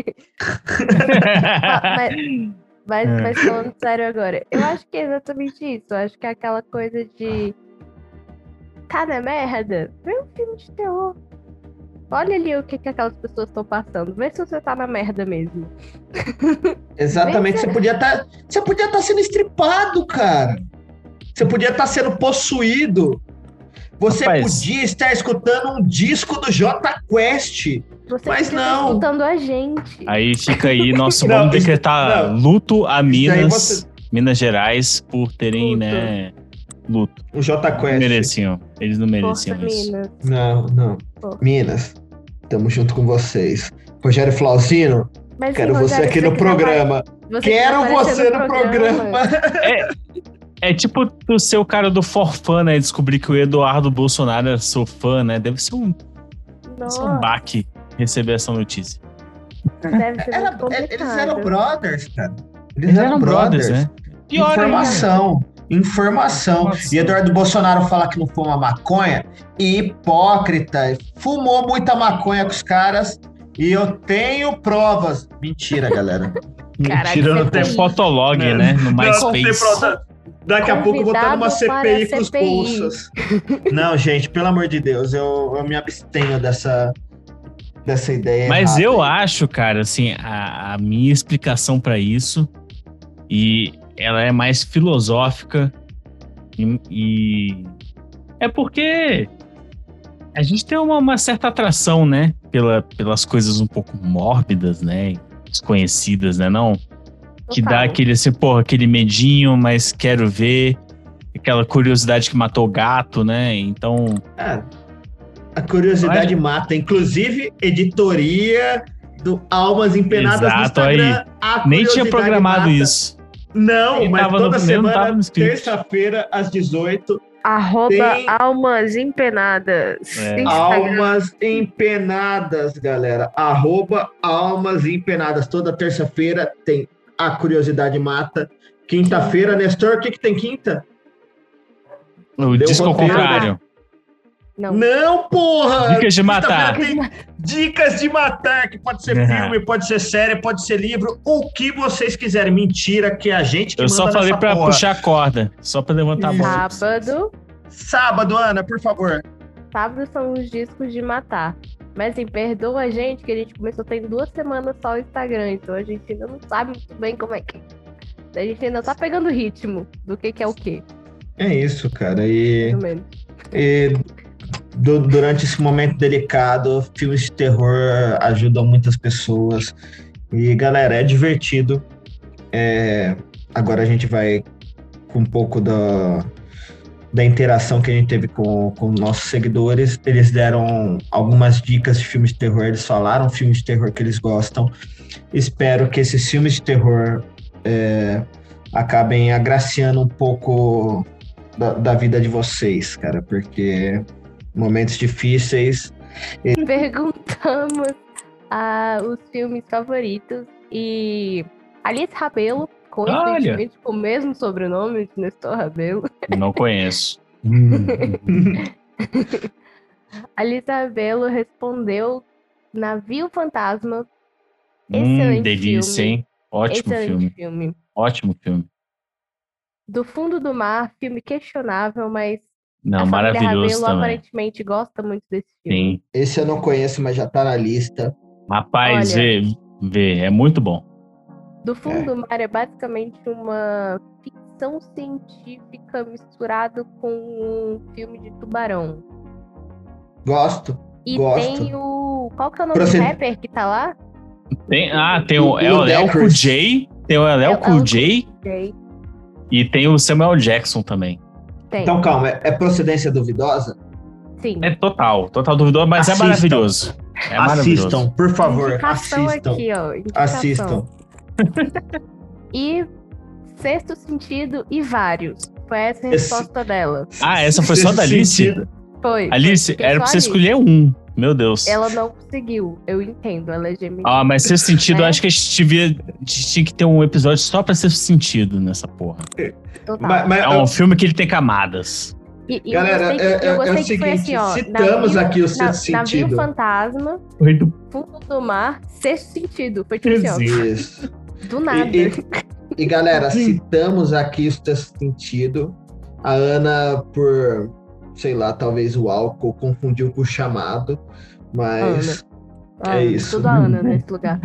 Mas falando sério agora, eu acho que é exatamente isso. Eu acho que é aquela coisa de... Tá na merda? Vê um filme de terror. Olha ali o que aquelas pessoas estão passando. Vê se você tá na merda mesmo. Exatamente. Você podia tá sendo estripado, cara. Você podia estar sendo possuído. Você podia estar escutando um disco do Jota Quest. Mas não. Escutando a gente. Aí fica aí, vamos decretar luto a Minas Gerais por terem, né, luto. O Jota Quest. Eles não mereciam Força, isso. Minas. Não. Força. Minas, tamo junto com vocês. Rogério Flauzino, quero você aqui no programa. Quero você no programa. É tipo o seu cara do Forfã, né? Descobrir que o Eduardo Bolsonaro é seu fã, né? Deve ser um baque receber essa notícia. Deve ser eles eram brothers, cara. Eles eram brothers, né? Pior Informação. E Eduardo Bolsonaro falar que não fuma maconha, hipócrita. Fumou muita maconha com os caras e eu tenho provas. Mentira, galera. Mentira, não tem fotolog, né? No MySpace. Daqui a pouco eu vou estar numa CPI com os bolsas. Não, gente, pelo amor de Deus, eu me abstenho dessa ideia. Mas eu acho, cara, assim, a minha explicação pra isso, e ela é mais filosófica, e é porque a gente tem uma certa atração, né, pelas coisas um pouco mórbidas, né, desconhecidas, né, não? Que dá aquele, assim, aquele medinho, mas quero ver. Aquela curiosidade que matou o gato, né? Então... a curiosidade mata. Inclusive, editoria do Almas Empenadas no Instagram. Nem tinha programado isso. Não, mas toda semana, terça-feira, às 18... @Almas Empenadas. Almas Empenadas, galera. @Almas Empenadas. Toda terça-feira tem A Curiosidade Mata. Quinta-feira, Nestor, o que tem quinta? O disco ao contrário. Não, porra! Dicas de matar. Dicas de matar, que pode ser filme, pode ser série, pode ser livro, o que vocês quiserem. Mentira, que é a gente que manda nessa porra. Eu só falei pra puxar a corda, só pra levantar a bola. Sábado, Ana, por favor. Sábado são os discos de matar. Mas assim, perdoa a gente que a gente começou tem 2 semanas só o Instagram, então a gente ainda não sabe muito bem como é que... A gente ainda tá pegando o ritmo do que é o quê. É isso, cara. Durante esse momento delicado, filmes de terror ajudam muitas pessoas. E, galera, é divertido. Agora a gente vai com um pouco da interação que a gente teve com nossos seguidores. Eles deram algumas dicas de filmes de terror, eles falaram filmes de terror que eles gostam. Espero que esses filmes de terror acabem agraciando um pouco da vida de vocês, cara, porque momentos difíceis... Perguntamos os filmes favoritos e Alice Rabelo, coincidentemente com o mesmo sobrenome de Nestor Rabelo. Não conheço. Alice Rabelo respondeu Navio Fantasma. Excelente delícia, filme. Hein? Ótimo filme. Ótimo filme. Do Fundo do Mar, filme questionável, mas não, a família maravilhoso Rabelo também. Aparentemente gosta muito desse filme. Sim. Esse eu não conheço, mas já tá na lista. Rapaz, vê, é muito bom. Do Fundo do Mar é basicamente uma ficção científica misturado com um filme de tubarão. Gosto. Tem o... Qual que é o nome do rapper que tá lá? Tem o LL Cool J. Tem o LL Cool J. E tem o Samuel Jackson também. Então, calma, é procedência duvidosa? Sim. É total duvidoso, mas assistam. É maravilhoso. É maravilhoso. Assistam, por favor, Indicação assistam. aqui, ó. Indicação. Assistam. E Sexto Sentido e Vários. Foi essa a resposta dela. Ah, essa foi só da Alice? Foi. Alice, Foi era pra só você Alice. escolher um. Meu Deus. Ela não conseguiu, eu entendo, ela é geminiana. Ah, mas Sexto Sentido, É. eu acho que a gente tinha que ter um episódio só pra Sexto Sentido nessa porra. Total. Mas, É um filme que ele tem camadas. E galera, eu gostei é o que foi seguinte, assim, ó. citamos aqui o Sexto Navio Sentido. Fantasma, Foi do Fundo do Mar, Sexto Sentido. Foi tipo assim, ó, Isso. do nada. E galera, citamos aqui o Sexto Sentido. A Ana, por, sei lá, talvez o álcool confundiu com o chamado. Mas é isso. Tudo a Ana nesse lugar.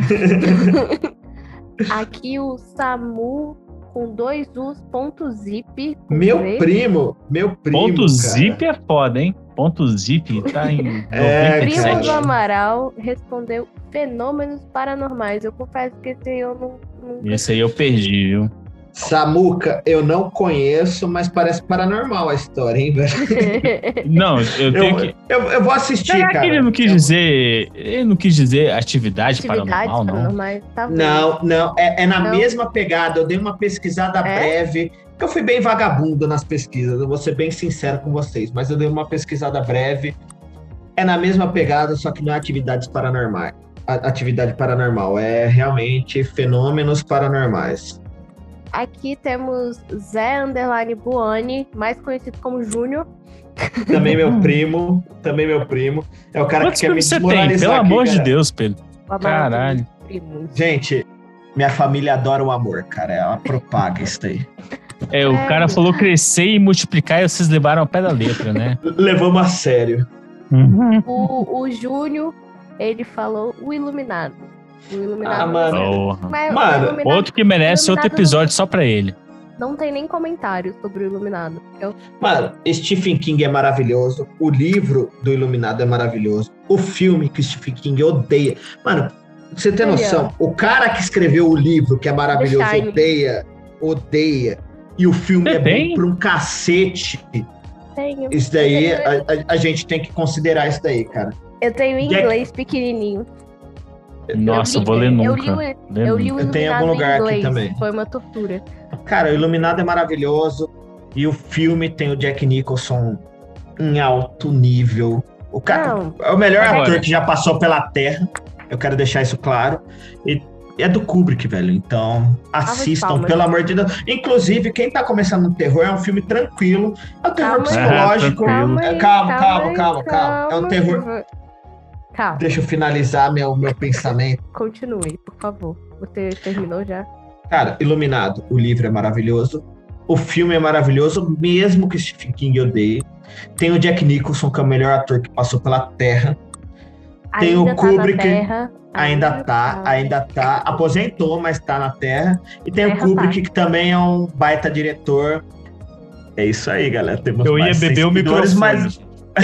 Aqui o Samu com 2 U's, ponto zip. com Meu Z. primo, Ponto cara. zip é foda, hein? Ponto zip tá em É, Primo 97. do Amaral respondeu fenômenos paranormais. Eu confesso que esse aí eu não... Esse aí eu perdi, viu? Samuca, eu não conheço, mas parece paranormal a história, hein, velho? Não, eu tenho que... Eu vou assistir, Será cara. que ele não quis dizer... Ele não quis dizer atividade Atividades paranormal, não? paranormais. Tá bom. Não, é na Não. mesma pegada. Eu dei uma pesquisada breve, porque eu fui bem vagabundo nas pesquisas, eu vou ser bem sincero com vocês, mas eu dei uma pesquisada breve. É na mesma pegada, só que não é atividades paranormais. Atividade paranormal, é realmente fenômenos paranormais. Aqui temos Zé Underline Buoni, mais conhecido como Júnior. Também meu primo. É o cara Quantos que quer me filmes você tem? desmoralizar Pelo aqui, amor de cara. Deus, Pedro. O amado Caralho. primo. Gente, minha família adora o amor, cara. Ela propaga isso daí. É, o cara falou crescer e multiplicar e vocês levaram ao pé da letra, né? Levamos a sério. O Júnior, ele falou o Iluminado. O Iluminado. Ah, mano. Porra. Mas o Mano, Iluminado Outro que merece outro Iluminado episódio só pra ele. não tem nem comentário sobre o Iluminado. Mano, Stephen King é maravilhoso. O livro do Iluminado é maravilhoso. O filme que o Stephen King odeia. Mano, você tem noção? O cara que escreveu o livro, que é maravilhoso, The Shining. odeia. E o filme Você é tem? bom pra um cacete. Tenho. Isso daí, a gente tem que considerar isso daí, cara. Eu tenho em Jack- inglês pequenininho. Nossa, eu vou ler Eu nunca. li o Lembro. Iluminado tenho em algum lugar em aqui inglês. também. Foi uma tortura. Cara, o Iluminado é maravilhoso. E o filme tem o Jack Nicholson em alto nível. O cara Não. é o melhor Agora. ator que já passou pela Terra. Eu quero deixar isso claro. E é do Kubrick, velho. Então, assistam, palmas. pelo amor de Deus. Inclusive, quem tá começando no terror é um filme tranquilo. É um terror Calma aí. psicológico. Tranquilo. É, aí, calma. É um terror. Calma, Deixa eu finalizar meu pensamento. continue, por favor. Você terminou já? Cara, Iluminado, o livro é maravilhoso. O filme é maravilhoso, mesmo que Stephen King odeie. Tem o Jack Nicholson, que é o melhor ator que passou pela Terra. Tem o Ainda tá na Kubrick, Terra, Ainda tá. Aposentou, mas tá na Terra. E tem o Terra Kubrick, que também é um baita diretor. É isso aí, galera. Temos Eu ia mais beber o seguidores, microfone.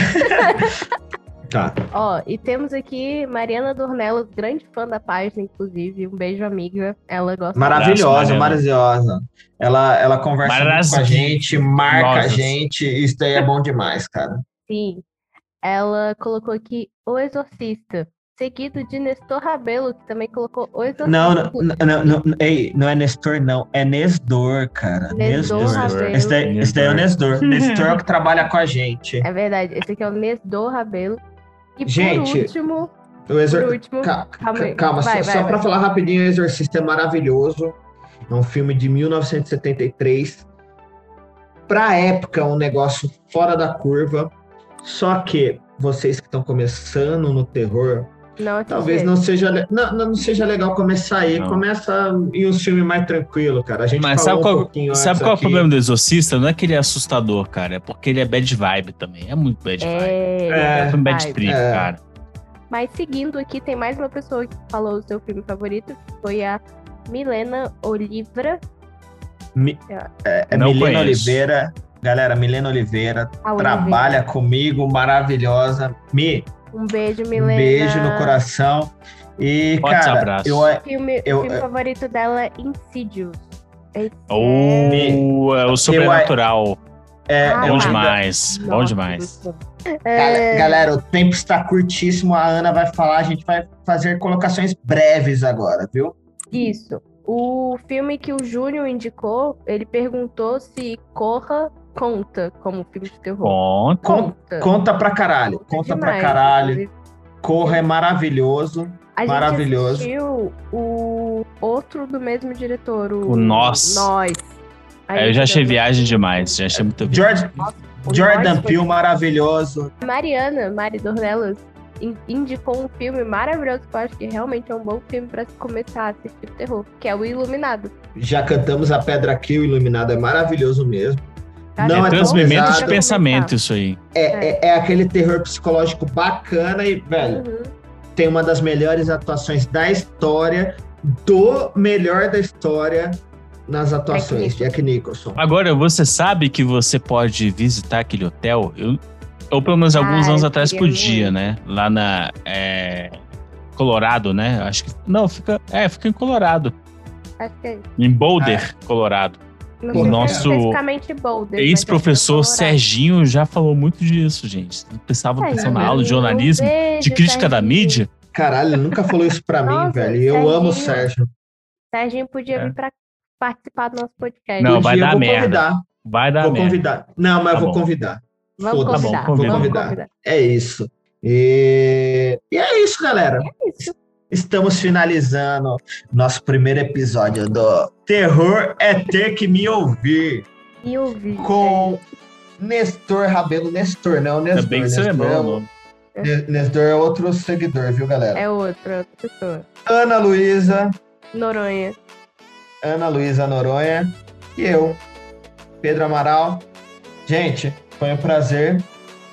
Tá. Ó, e temos aqui Mariana Dornelos, grande fã da página, inclusive. Um beijo, amiga. Ela gosta Maravilhosa, Mariana. maravilhosa. Ela conversa muito com a gente, marca a Maravilhosas. gente. Isso daí é bom demais, cara. Sim. Ela colocou aqui O Exorcista, seguido de Nestor Rabelo, que também colocou O Exorcista. Não, ei, não é Nestor, não. É Nesdor, cara. Nesdor Rabelo. Esse daí é o Nesdor. Nestor é o que trabalha com a gente. É verdade, esse aqui é o Nestor Rabelo. E Gente, por último, O último, calma aí. Calma, Vai, só vai, pra vai. falar rapidinho, O Exorcista é maravilhoso. É um filme de 1973. Pra época, um negócio fora da curva. Só que vocês que estão começando no terror, não talvez assisti. não seja legal começar aí. Não. Começa em um filme mais tranquilo, cara. A gente Mas falou sabe um pouquinho sabe antes qual é o aqui. problema do Exorcista? Não é que ele é assustador, cara. É porque ele é bad vibe também. É muito bad vibe. É, É um bad vibe. trip, É. cara. Mas seguindo aqui, tem mais uma pessoa que falou o seu filme favorito, que foi a Milena Olivra. É Não Milena conheço. Oliveira. Galera, Milena Oliveira A trabalha comigo, maravilhosa. Um beijo, Um Milena. beijo no coração. E, Forte cara, abraço. O filme Eu- favorito dela é Insidious. Esse É o sobrenatural. Bom demais, bom demais. Galera, o tempo está curtíssimo, a Ana vai falar, a gente vai fazer colocações breves agora, viu? Isso. O filme que o Júnior indicou, ele perguntou se Corra conta como filme de terror. Conta pra caralho. Conta demais, pra caralho. inclusive. Corra é maravilhoso. A gente Maravilhoso. assistiu o outro do mesmo diretor, O Nós. Aí Eu já achei também- viagem demais, já achei muito viagem. O Jordan Nós foi- Peele, maravilhoso. Mari Dornelas indicou um filme maravilhoso que eu acho que realmente é um bom filme pra se começar a assistir terror, que é O Iluminado. Já cantamos A Pedra aqui, o Iluminado é maravilhoso mesmo. Cara, Não É é tão transmimento pesado. de pensamento isso aí. É aquele terror psicológico bacana e, velho, tem uma das melhores atuações da história, do melhor da história nas atuações, Jack Nicholson. Agora, você sabe que você pode visitar aquele hotel? Ou pelo menos alguns anos eu atrás queria podia, muito. né? Lá na Colorado, né? Acho que. Não, fica em Colorado. Acho que é isso. Em Boulder, Colorado. Não O sei se é nosso especificamente Boulder, mas Ex-professor acho que é Colorado. Serginho já falou muito disso, gente. Prestava atenção na aula de Serginho, jornalismo, um beijo, de crítica da Serginho. mídia. Caralho, ele nunca falou isso pra mim, Nossa, velho. E eu amo o Sérgio. Serginho podia vir pra participar do nosso podcast. Não, vai Eu dar vou merda. convidar. Vai dar Vou merda. convidar. Não, mas Tá eu vou bom. convidar. Vamos Foda-se. convidar. Vamos Vou convidar. É isso. E é isso, galera. Isso. Estamos finalizando nosso primeiro episódio do Terror é Ter Que Me Ouvir. E o vídeo. Com Nestor Rabelo. Nestor, não Nestor. Também que você Nestor, lembrou o nome. Nestor é outro seguidor, viu, galera? É outra pessoa. Ana Luísa Noronha. Noronha e eu, Pedro Amaral. Gente, foi um prazer.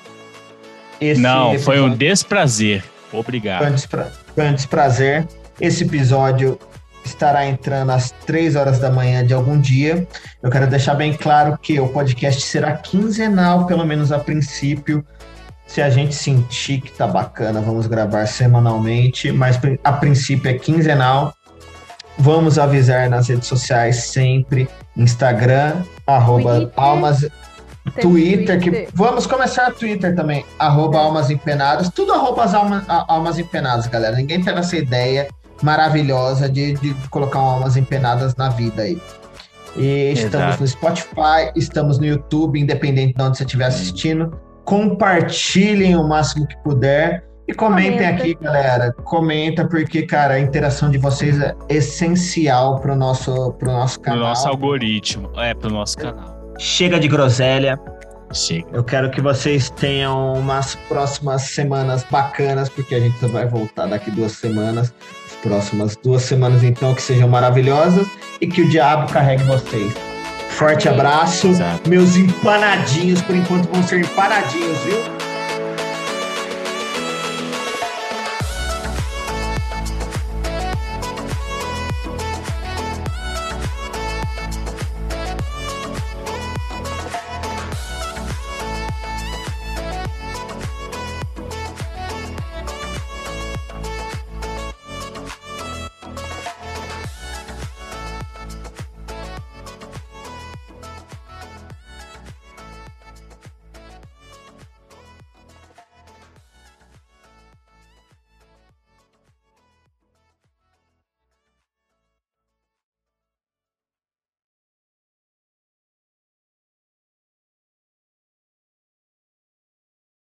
Esse Não, foi um episódio- desprazer. Obrigado. Foi um desprazer. Esse episódio estará entrando às 3 horas da manhã de algum dia. Eu quero deixar bem claro que o podcast será quinzenal, pelo menos a princípio. Se a gente sentir que tá bacana, vamos gravar semanalmente, mas a princípio é quinzenal. Vamos avisar nas redes sociais sempre, Instagram, Twitter. @almas, Twitter, que Twitter. vamos começar Twitter também, @almas empenadas, tudo @almas empenadas, galera. Ninguém teve essa ideia maravilhosa de colocar um almas empenadas na vida aí. E estamos Exato. no Spotify, estamos no YouTube, independente de onde você estiver assistindo. Compartilhem o máximo que puder e comentem Comenta. aqui, galera. Comenta, porque, cara, a interação de vocês é essencial pro nosso Pro canal. nosso algoritmo. Pro nosso canal. Chega de groselha. Chega. Eu quero que vocês tenham umas próximas semanas bacanas, porque a gente só vai voltar daqui 2 semanas. As próximas 2 semanas, então, que sejam maravilhosas e que o diabo carregue vocês. Forte Amém. abraço. Exato. Meus empanadinhos, por enquanto, vão ser empanadinhos, viu?